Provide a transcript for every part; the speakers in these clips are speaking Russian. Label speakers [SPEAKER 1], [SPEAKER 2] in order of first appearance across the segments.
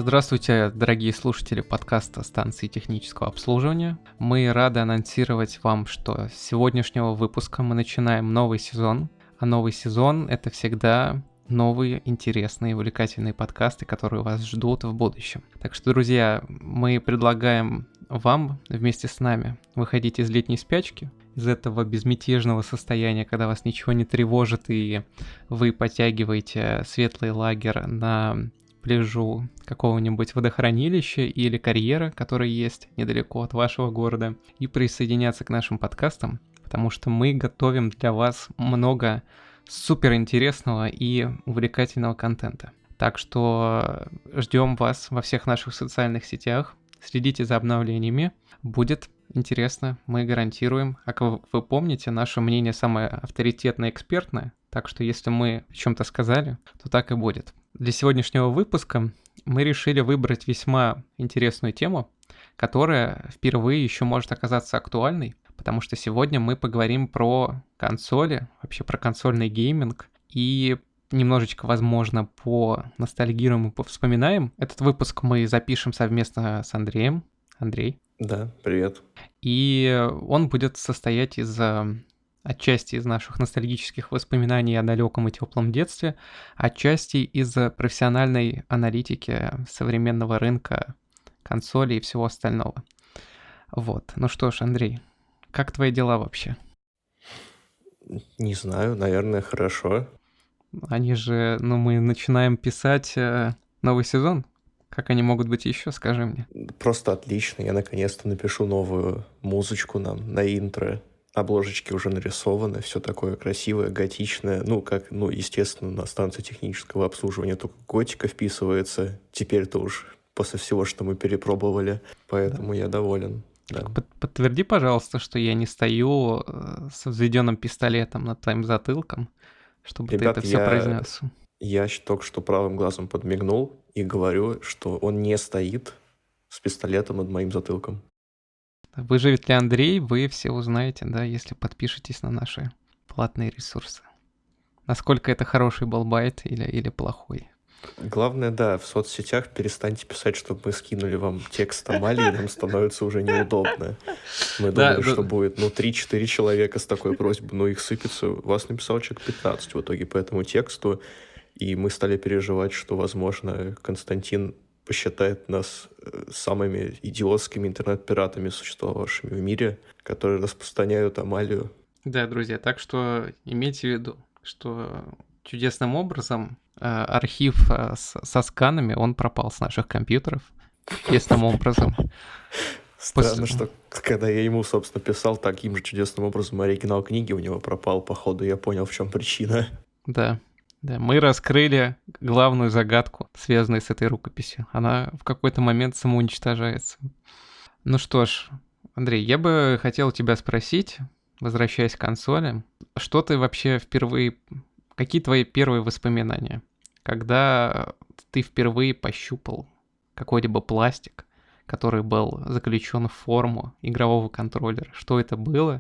[SPEAKER 1] Здравствуйте, дорогие слушатели подкаста станции технического обслуживания. Мы рады анонсировать вам, что с сегодняшнего выпуска мы начинаем новый сезон. А новый сезон — это всегда новые, интересные, увлекательные подкасты, которые вас ждут в будущем. Так что, друзья, мы предлагаем вам вместе с нами выходить из летней спячки, из этого безмятежного состояния, когда вас ничего не тревожит, и вы подтягиваете светлый лагерь на пляжу какого-нибудь водохранилища или карьера, который есть недалеко от вашего города, и присоединяться к нашим подкастам, потому что мы готовим для вас много суперинтересного и увлекательного контента. Так что ждем вас во всех наших социальных сетях, следите за обновлениями, будет интересно, мы гарантируем. А как вы помните, наше мнение самое авторитетное и экспертное, так что если мы о чем-то сказали, то так и будет. Для сегодняшнего выпуска мы решили выбрать весьма интересную тему, которая впервые еще может оказаться актуальной, потому что сегодня мы поговорим про консоли, вообще про консольный гейминг, и немножечко, возможно, поностальгируем и повспоминаем. Этот выпуск мы запишем совместно с Андреем. Андрей.
[SPEAKER 2] Да, привет.
[SPEAKER 1] И он будет состоять отчасти из наших ностальгических воспоминаний о далеком и теплом детстве, отчасти из профессиональной аналитики современного рынка консолей и всего остального. Вот. Ну что ж, Андрей, как твои дела вообще?
[SPEAKER 2] Не знаю, наверное, хорошо.
[SPEAKER 1] Мы начинаем писать новый сезон. Как они могут быть еще, скажи мне?
[SPEAKER 2] Просто отлично. Я наконец-то напишу новую музычку нам на интро. Обложечки уже нарисованы, все такое красивое, готичное. Естественно, на станции технического обслуживания только готика вписывается. Теперь-то уж после всего, что мы перепробовали. Поэтому я доволен. Да.
[SPEAKER 1] Подтверди, пожалуйста, что я не стою с взведенным пистолетом над твоим затылком, чтобы
[SPEAKER 2] Ребят,
[SPEAKER 1] ты это все произнес.
[SPEAKER 2] Я только что правым глазом подмигнул и говорю, что он не стоит с пистолетом над моим затылком.
[SPEAKER 1] Выживет ли Андрей, вы все узнаете, да, если подпишетесь на наши платные ресурсы. Насколько это хороший балбайт или плохой.
[SPEAKER 2] Главное, да, в соцсетях перестаньте писать, чтобы мы скинули вам текст Амалии, нам становится уже неудобно. Мы думали, что будет, 3-4 человека с такой просьбой, их сыпется. Вас написал человек 15 в итоге по этому тексту, и мы стали переживать, что, возможно, Константин посчитает нас самыми идиотскими интернет-пиратами, существовавшими в мире, которые распространяют Амалию.
[SPEAKER 1] Да, друзья, так что имейте в виду, что чудесным образом архив со сканами, он пропал с наших компьютеров. Чудесным образом.
[SPEAKER 2] Странно, что когда я ему, собственно, писал таким же чудесным образом, оригинал книги у него пропал, походу, я понял, в чем причина.
[SPEAKER 1] Да, мы раскрыли главную загадку, связанную с этой рукописью. Она в какой-то момент самоуничтожается. Ну что ж, Андрей, я бы хотел тебя спросить, возвращаясь к консоли, что ты вообще впервые... Какие твои первые воспоминания, когда ты впервые пощупал какой-либо пластик, который был заключен в форму игрового контроллера? Что это было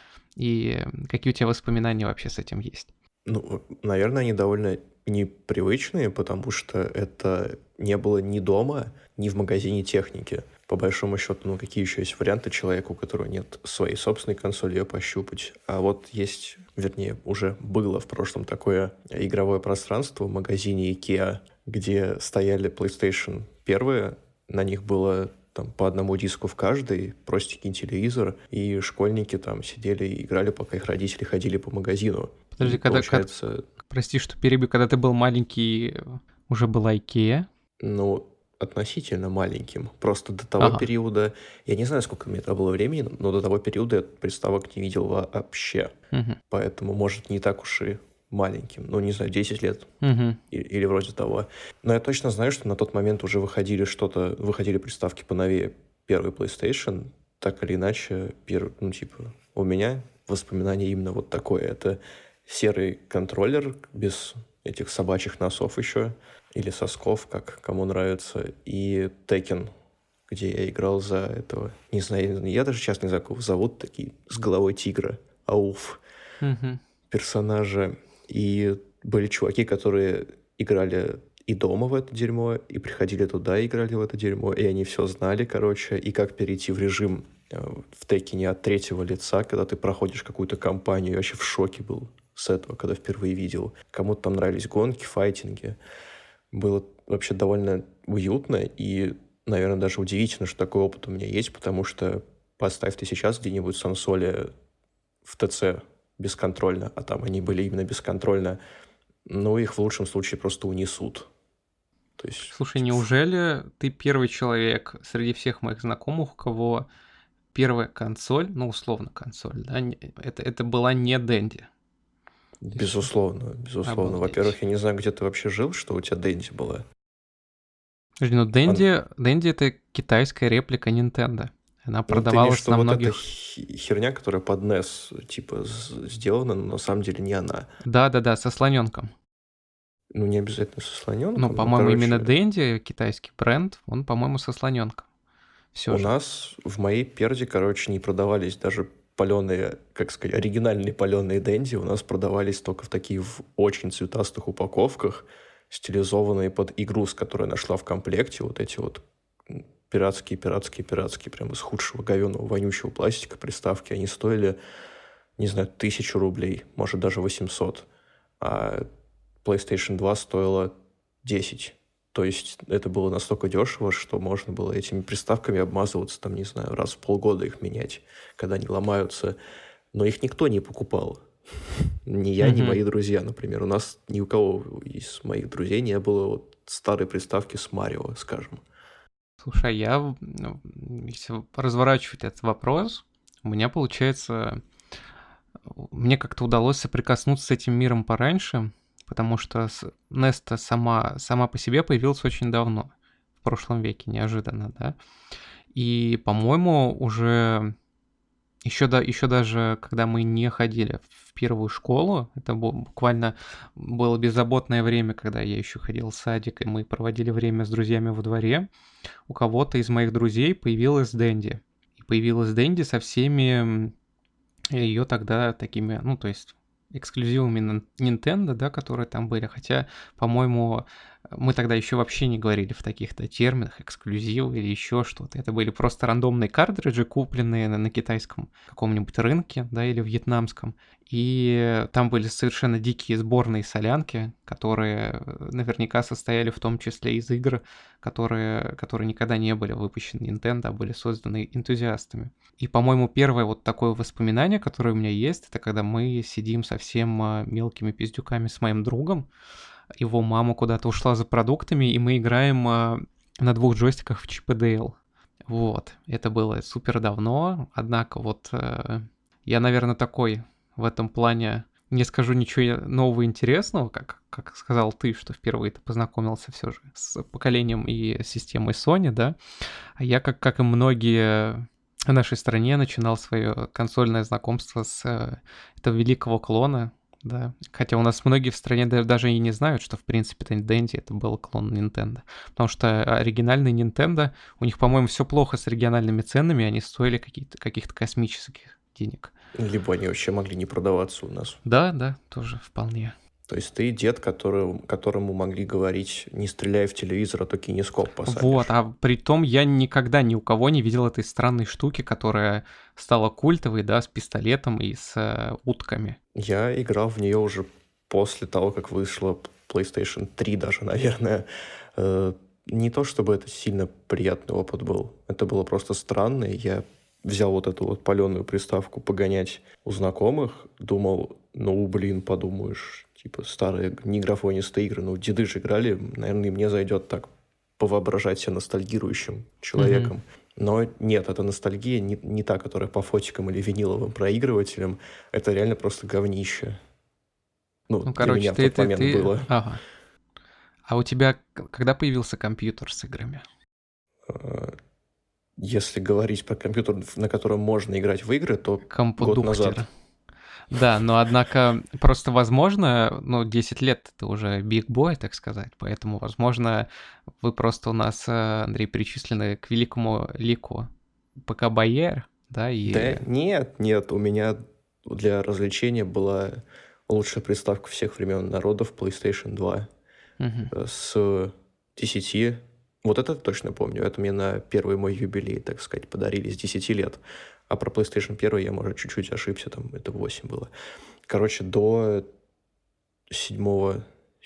[SPEAKER 1] и какие у тебя воспоминания вообще с этим есть?
[SPEAKER 2] Наверное, они довольно непривычные, потому что это не было ни дома, ни в магазине техники. По большому счету, какие еще есть варианты человеку, у которого нет своей собственной консоли, ее пощупать. А вот есть, уже было в прошлом такое игровое пространство в магазине IKEA, где стояли PlayStation 1, на них было по одному диску в каждый, простенький телевизор, и школьники там сидели и играли, пока их родители ходили по магазину.
[SPEAKER 1] Подожди, прости, что перебью, когда ты был маленький, уже была IKEA?
[SPEAKER 2] Относительно маленьким. Просто до того периода, я не знаю, сколько мне это было времени, но до того периода я приставок не видел вообще. Поэтому, может, не так уж и маленьким. 10 лет. Или вроде того. Но я точно знаю, что на тот момент уже выходили приставки поновее первый PlayStation. Так или иначе, у меня воспоминание именно вот такое. Это серый контроллер без этих собачьих носов еще. Или сосков, как кому нравится, и Tekken, где я играл за этого, не знаю, я даже сейчас не знаю, как его зовут, такие, с головой тигра, персонажа. И были чуваки, которые играли и дома в это дерьмо, и приходили туда, и играли в это дерьмо, и они все знали, короче, и как перейти в режим в Теккене от третьего лица, когда ты проходишь какую-то кампанию. Я вообще в шоке был с этого, когда впервые видел. Кому-то там нравились гонки, файтинги. Было вообще довольно уютно, и, наверное, даже удивительно, что такой опыт у меня есть, потому что поставь ты сейчас где-нибудь сансоли в ТЦ бесконтрольно, а там они были именно бесконтрольно, ну, их в лучшем случае просто унесут. То есть,
[SPEAKER 1] Слушай, неужели ты первый человек среди всех моих знакомых, у кого первая консоль, ну, условно консоль, да, это была не Dendy?
[SPEAKER 2] Безусловно, безусловно.
[SPEAKER 1] Обалдеть.
[SPEAKER 2] Во-первых, я не знаю, где ты вообще жил, что у тебя Dendy была.
[SPEAKER 1] Подожди, ну Dendy это китайская реплика Nintendo. Она продавалась
[SPEAKER 2] что
[SPEAKER 1] на
[SPEAKER 2] вот
[SPEAKER 1] многих...
[SPEAKER 2] эта херня, которая под NES, типа, сделана, но на самом деле не она.
[SPEAKER 1] Да-да-да, со слоненком.
[SPEAKER 2] Ну, не обязательно со слоненком.
[SPEAKER 1] Ну, по-моему, именно Dendy, китайский бренд, он, по-моему, со слоненком. Все
[SPEAKER 2] у
[SPEAKER 1] же.
[SPEAKER 2] нас в моей перде, короче, не продавались даже паленые, как сказать, оригинальные паленые Dendy. У нас продавались только в таких в очень цветастых упаковках, стилизованные под игру, с которой я нашла в комплекте. Вот эти вот пиратские, прям из худшего говёного вонючего пластика приставки. Они стоили, не знаю, 1000 рублей, может, даже 800. А PlayStation 2 стоила 10. То есть это было настолько дешево, что можно было этими приставками обмазываться, там, не знаю, раз в полгода их менять, когда они ломаются. Но их никто не покупал. Ни я, ни мои друзья, например. У нас ни у кого из моих друзей не было вот старой приставки с Марио, скажем.
[SPEAKER 1] Слушай, если разворачивать этот вопрос, у меня, получается, мне как-то удалось соприкоснуться с этим миром пораньше, потому что NES-то сама по себе появилась очень давно, в прошлом веке, неожиданно, да. И, по-моему, уже еще даже когда мы не ходили в первую школу, это буквально было беззаботное время, когда я еще ходил в садик, и мы проводили время с друзьями во дворе, у кого-то из моих друзей появилась Dendy. И появилась Dendy со всеми ее тогда такими, ну, то есть эксклюзивами Nintendo, да, которые там были. Хотя, по-моему, мы тогда еще вообще не говорили в таких-то терминах, эксклюзив или еще что-то. Это были просто рандомные картриджи, купленные на китайском каком-нибудь рынке, да, или вьетнамском. И там были совершенно дикие сборные солянки, которые наверняка состояли в том числе из игр, которые никогда не были выпущены Nintendo, а были созданы энтузиастами. И, по-моему, первое вот такое воспоминание, которое у меня есть, это когда мы сидим совсем мелкими пиздюками с моим другом, его мама куда-то ушла за продуктами, и мы играем на 2 джойстиках в Чип и Дейл. Вот, это было супер давно, однако вот я, наверное, такой в этом плане не скажу ничего нового и интересного, как сказал ты, что впервые ты познакомился все же с поколением и системой Sony, да, а я, как и многие в нашей стране, начинал свое консольное знакомство с этого великого клона, да, хотя у нас многие в стране даже и не знают, что в принципе Dendy это был клон Nintendo, потому что оригинальный Nintendo, у них, по-моему, все плохо с региональными ценами, они стоили каких-то космических денег.
[SPEAKER 2] Либо они вообще могли не продаваться у нас.
[SPEAKER 1] Да, тоже вполне.
[SPEAKER 2] То есть ты дед, которому могли говорить, не стреляй в телевизор, а то кинескоп посадишь.
[SPEAKER 1] Вот, а при том я никогда ни у кого не видел этой странной штуки, которая стала культовой, да, с пистолетом и с утками.
[SPEAKER 2] Я играл в нее уже после того, как вышла PlayStation 3 даже, наверное. Не то, чтобы это сильно приятный опыт был. Это было просто странно. Я взял вот эту вот паленую приставку погонять у знакомых. Думал, подумаешь, типа старые неграфонистые игры. Ну, деды же играли. Наверное, и мне зайдет так повоображать себя ностальгирующим человеком. Но нет, это ностальгия не та, которая по фотикам или виниловым проигрывателям. Это реально просто говнище. Ну короче, для меня в тот момент было.
[SPEAKER 1] Ага. А у тебя когда появился компьютер с играми?
[SPEAKER 2] Если говорить про компьютер, на котором можно играть в игры, то год назад.
[SPEAKER 1] Да, но однако просто возможно, 10 лет ты уже big boy, так сказать, поэтому, возможно, вы просто у нас, Андрей, причислены к великому лику ПК Боер, да?
[SPEAKER 2] Да нет, у меня для развлечения была лучшая приставка всех времен народов PlayStation 2. с 10. Вот это точно помню. Это мне на первый мой юбилей, так сказать, подарили с 10 лет. А про PlayStation 1 я, может, чуть-чуть ошибся, там это 8 было. Короче, до 7-17.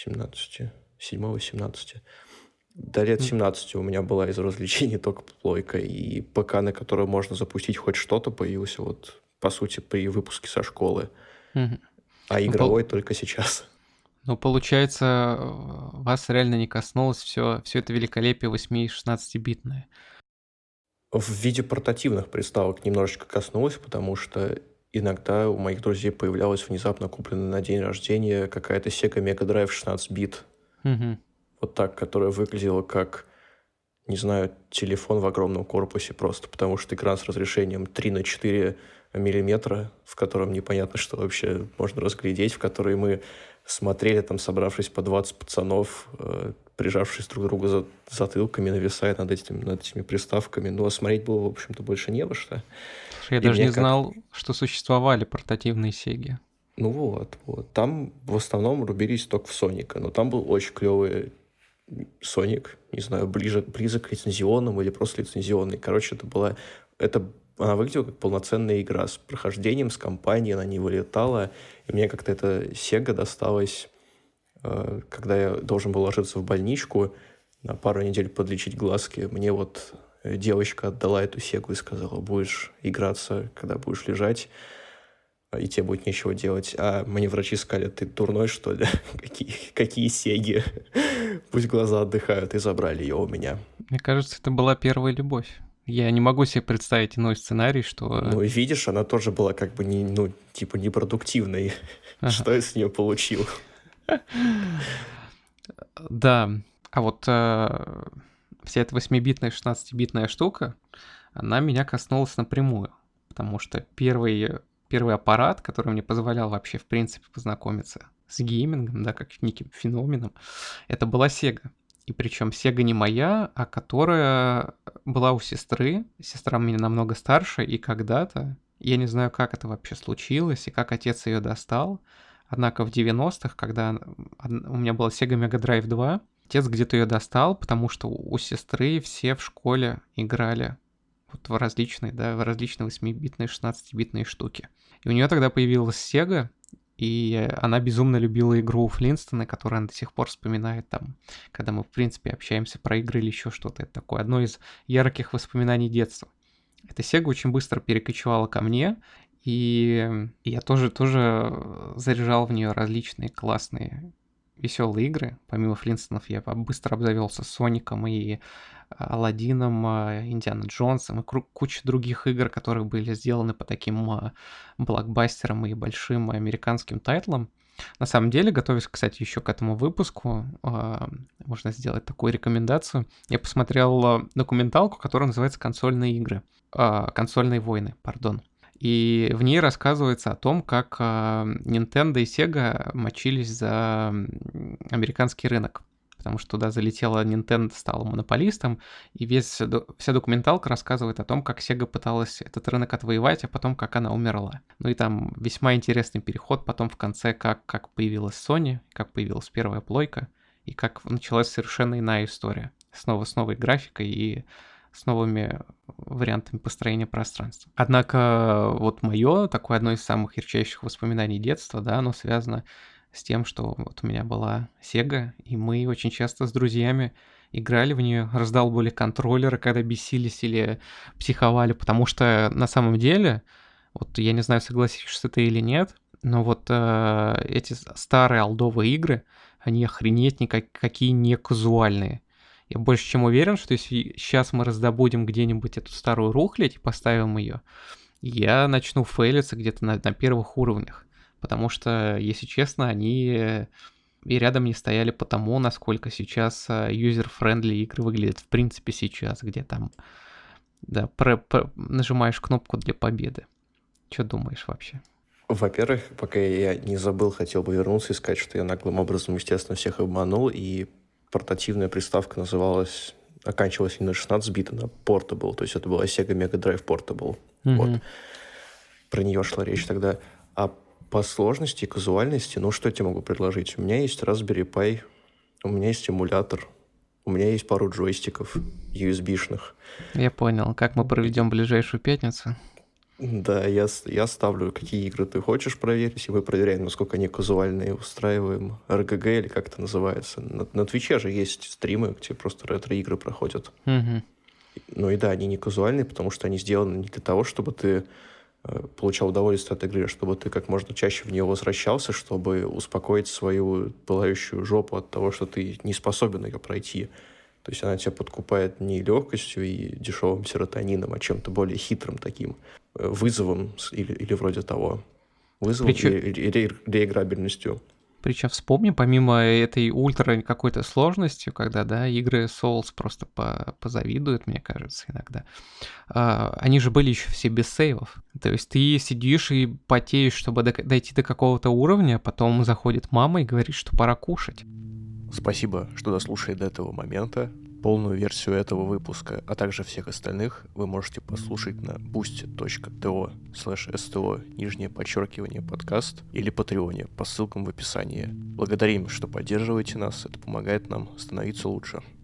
[SPEAKER 2] До лет 17 у меня была из развлечений только плойка, и ПК, на котором можно запустить хоть что-то, появился вот, по сути, при выпуске со школы. А игровой только сейчас.
[SPEAKER 1] Ну, получается, вас реально не коснулось все это великолепие 8 и 16-битное.
[SPEAKER 2] В виде портативных приставок немножечко коснулось, потому что иногда у моих друзей появлялась внезапно купленная на день рождения какая-то Sega Mega Drive 16 бит. Вот так, которая выглядела как, не знаю, телефон в огромном корпусе просто, потому что экран с разрешением 3x4 миллиметра, в котором непонятно, что вообще можно разглядеть, в который мы смотрели, там, собравшись по 20 пацанов, прижавшись друг к другу затылками, нависая над этими приставками. Ну, а смотреть было, в общем-то, больше не во что.
[SPEAKER 1] Я даже не знал, что существовали портативные Сеги.
[SPEAKER 2] Ну вот. Там в основном рубились только в Соника, но там был очень клевый Соник, не знаю, близок к лицензионному или просто лицензионный. Короче, она выглядела как полноценная игра с прохождением, с кампанией, она не вылетала. И мне как-то эта Sega досталась, когда я должен был ложиться в больничку на пару недель подлечить глазки. Мне вот девочка отдала эту Сегу и сказала: будешь играться, когда будешь лежать, и тебе будет нечего делать. А мне врачи сказали: ты дурной, что ли? Какие Сеги? Пусть глаза отдыхают. И забрали ее у меня.
[SPEAKER 1] Мне кажется, это была первая любовь. Я не могу себе представить иной сценарий, что...
[SPEAKER 2] Ну, и видишь, она тоже была как бы непродуктивной. Что я с нее получил?
[SPEAKER 1] Да. А вот вся эта 8-битная, 16-битная штука, она меня коснулась напрямую. Потому что первый аппарат, который мне позволял вообще, в принципе, познакомиться с геймингом, да, как неким феноменом, это была Sega. И причем Sega не моя, а которая была у сестры. Сестра меня намного старше, и когда-то, я не знаю, как это вообще случилось, и как отец ее достал, однако в 90-х, когда у меня была Sega Mega Drive 2, отец где-то ее достал, потому что у сестры все в школе играли вот в различные 8-битные, 16-битные штуки. И у нее тогда появилась Sega, и она безумно любила игру Флинстоны, которую она до сих пор вспоминает там, когда мы, в принципе, общаемся про игры или еще что-то. Это такое одно из ярких воспоминаний детства. Эта Sega очень быстро перекочевала ко мне, и я тоже заряжал в нее различные классные веселые игры. Помимо Флинстонов я быстро обзавелся Соником и Аладдином, Индиана Джонсом и куча других игр, которые были сделаны по таким блокбастерам и большим американским тайтлам. На самом деле, готовясь, кстати, еще к этому выпуску, можно сделать такую рекомендацию. Я посмотрел документалку, которая называется «Консольные войны», пардон. И в ней рассказывается о том, как Nintendo и Sega мочились за американский рынок. Потому что туда залетела Nintendo, стала монополистом, и вся документалка рассказывает о том, как Sega пыталась этот рынок отвоевать, а потом как она умерла. Ну и там весьма интересный переход потом в конце, как появилась Sony, как появилась первая плойка, и как началась совершенно иная история. Снова с новой графикой и с новыми вариантами построения пространства. Однако вот мое, такое одно из самых ярчайших воспоминаний детства, да, оно связано с тем, что вот у меня была Sega, и мы очень часто с друзьями играли в нее, раздалбывали контроллеры, когда бесились или психовали, потому что на самом деле, вот я не знаю, согласишься ты или нет, но вот эти старые олдовые игры, они охренеть никакие не казуальные. Я больше чем уверен, что если сейчас мы раздобудем где-нибудь эту старую рухлядь и поставим ее, я начну фейлиться где-то на первых уровнях. Потому что, если честно, они и рядом не стояли по тому, насколько сейчас юзер-френдли игры выглядят в принципе сейчас, где там да, нажимаешь кнопку для победы. Что думаешь вообще?
[SPEAKER 2] Во-первых, пока я не забыл, хотел бы вернуться и сказать, что я наглым образом, естественно, всех обманул, и портативная приставка оканчивалась не на 16 бит, а на Portable, то есть это была Sega Mega Drive Portable. Вот. Про нее шла речь тогда. А по сложности и казуальности, ну что я тебе могу предложить? У меня есть Raspberry Pi У меня есть эмулятор. У меня есть пару джойстиков USB-шных.
[SPEAKER 1] Я понял. Как мы проведем ближайшую пятницу?
[SPEAKER 2] Да, я ставлю, какие игры ты хочешь проверить, и мы проверяем, насколько они казуальные, устраиваем РГГ или как это называется. На Твиче же есть стримы, где просто ретро-игры проходят.
[SPEAKER 1] Угу.
[SPEAKER 2] Ну и да, они не казуальные, потому что они сделаны не для того, чтобы ты получал удовольствие от игры, чтобы ты как можно чаще в нее возвращался, чтобы успокоить свою пылающую жопу от того, что ты не способен ее пройти. То есть она тебя подкупает не легкостью и дешевым серотонином, а чем-то более хитрым таким вызовом или вроде того. Вызовом и реиграбельностью.
[SPEAKER 1] Причем вспомни, помимо этой ультра какой-то сложностью, когда, да, игры Souls просто позавидуют, мне кажется, иногда, они же были еще все без сейвов. То есть ты сидишь и потеешь, чтобы дойти до какого-то уровня, потом заходит мама и говорит, что пора кушать.
[SPEAKER 2] Спасибо, что дослушали до этого момента. Полную версию этого выпуска, а также всех остальных вы можете послушать на boosty.to/sto_подкаст или Патреоне по ссылкам в описании. Благодарим, что поддерживаете нас, это помогает нам становиться лучше.